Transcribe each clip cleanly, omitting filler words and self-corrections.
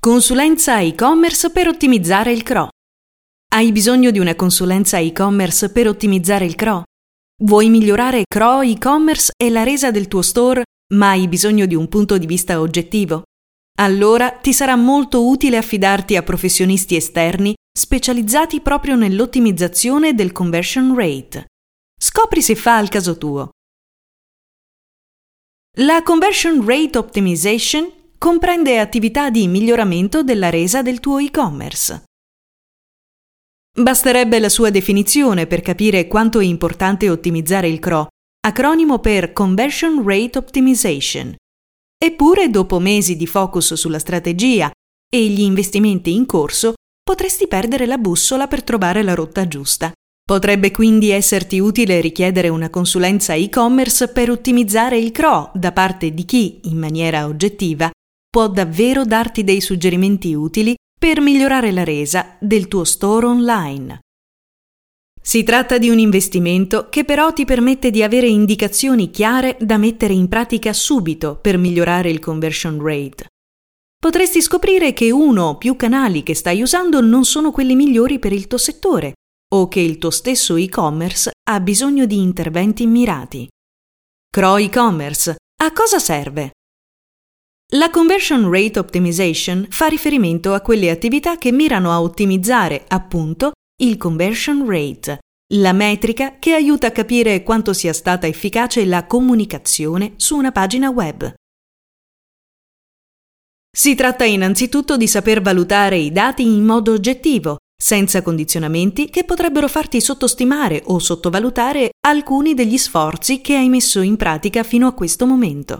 Consulenza e-commerce per ottimizzare il CRO. Hai bisogno di una consulenza e-commerce per ottimizzare il CRO? Vuoi migliorare CRO, e-commerce e la resa del tuo store, ma hai bisogno di un punto di vista oggettivo? Allora ti sarà molto utile affidarti a professionisti esterni specializzati proprio nell'ottimizzazione del conversion rate. Scopri se fa al caso tuo. La conversion rate optimization comprende attività di miglioramento della resa del tuo e-commerce. Basterebbe la sua definizione per capire quanto è importante ottimizzare il CRO, acronimo per Conversion Rate Optimization. Eppure, dopo mesi di focus sulla strategia e gli investimenti in corso, potresti perdere la bussola per trovare la rotta giusta. Potrebbe quindi esserti utile richiedere una consulenza e-commerce per ottimizzare il CRO da parte di chi, in maniera oggettiva, può davvero darti dei suggerimenti utili per migliorare la resa del tuo store online. Si tratta di un investimento che però ti permette di avere indicazioni chiare da mettere in pratica subito per migliorare il conversion rate. Potresti scoprire che uno o più canali che stai usando non sono quelli migliori per il tuo settore o che il tuo stesso e-commerce ha bisogno di interventi mirati. CRO e-commerce, a cosa serve? La Conversion Rate Optimization fa riferimento a quelle attività che mirano a ottimizzare, appunto, il conversion rate, la metrica che aiuta a capire quanto sia stata efficace la comunicazione su una pagina web. Si tratta innanzitutto di saper valutare i dati in modo oggettivo, senza condizionamenti che potrebbero farti sottostimare o sottovalutare alcuni degli sforzi che hai messo in pratica fino a questo momento.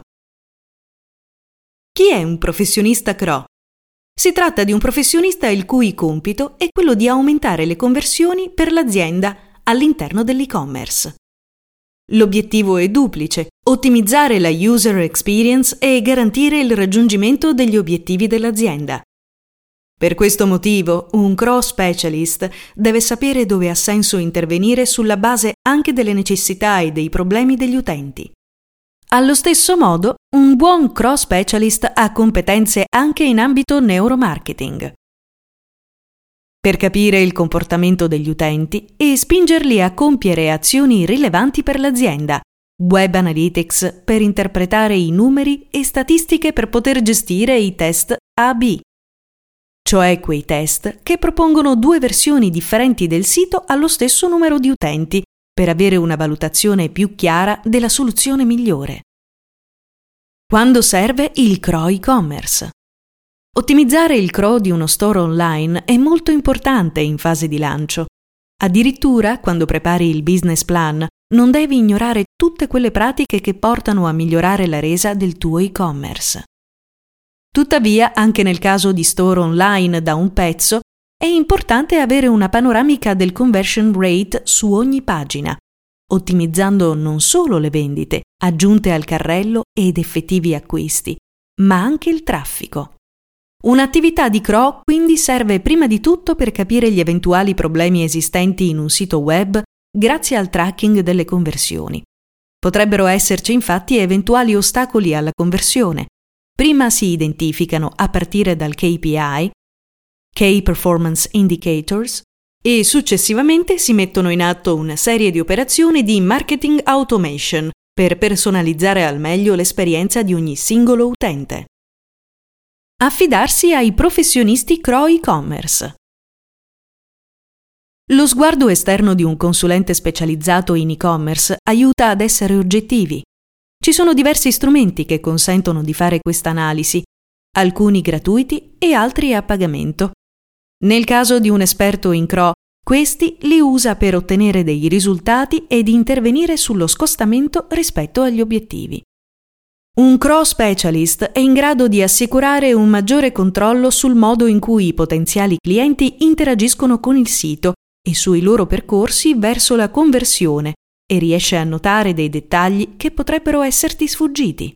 Chi è un professionista CRO? Si tratta di un professionista il cui compito è quello di aumentare le conversioni per l'azienda all'interno dell'e-commerce. L'obiettivo è duplice: ottimizzare la user experience e garantire il raggiungimento degli obiettivi dell'azienda. Per questo motivo, un CRO specialist deve sapere dove ha senso intervenire sulla base anche delle necessità e dei problemi degli utenti. Allo stesso modo, un buon CRO specialist ha competenze anche in ambito neuromarketing. Per capire il comportamento degli utenti e spingerli a compiere azioni rilevanti per l'azienda, web analytics per interpretare i numeri e statistiche per poter gestire i test A/B, cioè quei test che propongono due versioni differenti del sito allo stesso numero di utenti per avere una valutazione più chiara della soluzione migliore. Quando serve il CRO e-commerce? Ottimizzare il CRO di uno store online è molto importante in fase di lancio. Addirittura, quando prepari il business plan, non devi ignorare tutte quelle pratiche che portano a migliorare la resa del tuo e-commerce. Tuttavia, anche nel caso di store online da un pezzo, è importante avere una panoramica del conversion rate su ogni pagina, ottimizzando non solo le vendite, aggiunte al carrello ed effettivi acquisti, ma anche il traffico. Un'attività di CRO quindi serve prima di tutto per capire gli eventuali problemi esistenti in un sito web grazie al tracking delle conversioni. Potrebbero esserci infatti eventuali ostacoli alla conversione. Prima si identificano a partire dal KPI, Key Performance Indicators, e successivamente si mettono in atto una serie di operazioni di marketing automation per personalizzare al meglio l'esperienza di ogni singolo utente. Affidarsi ai professionisti CRO e-commerce. Lo sguardo esterno di un consulente specializzato in e-commerce aiuta ad essere oggettivi. Ci sono diversi strumenti che consentono di fare questa analisi, alcuni gratuiti e altri a pagamento. Nel caso di un esperto in CRO, questi li usa per ottenere dei risultati ed intervenire sullo scostamento rispetto agli obiettivi. Un CRO specialist è in grado di assicurare un maggiore controllo sul modo in cui i potenziali clienti interagiscono con il sito e sui loro percorsi verso la conversione e riesce a notare dei dettagli che potrebbero esserti sfuggiti.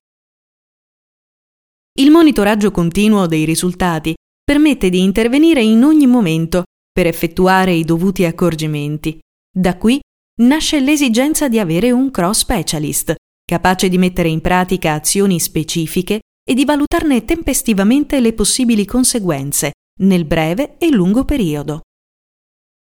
Il monitoraggio continuo dei risultati permette di intervenire in ogni momento per effettuare i dovuti accorgimenti. Da qui nasce l'esigenza di avere un CRO specialist, capace di mettere in pratica azioni specifiche e di valutarne tempestivamente le possibili conseguenze nel breve e lungo periodo.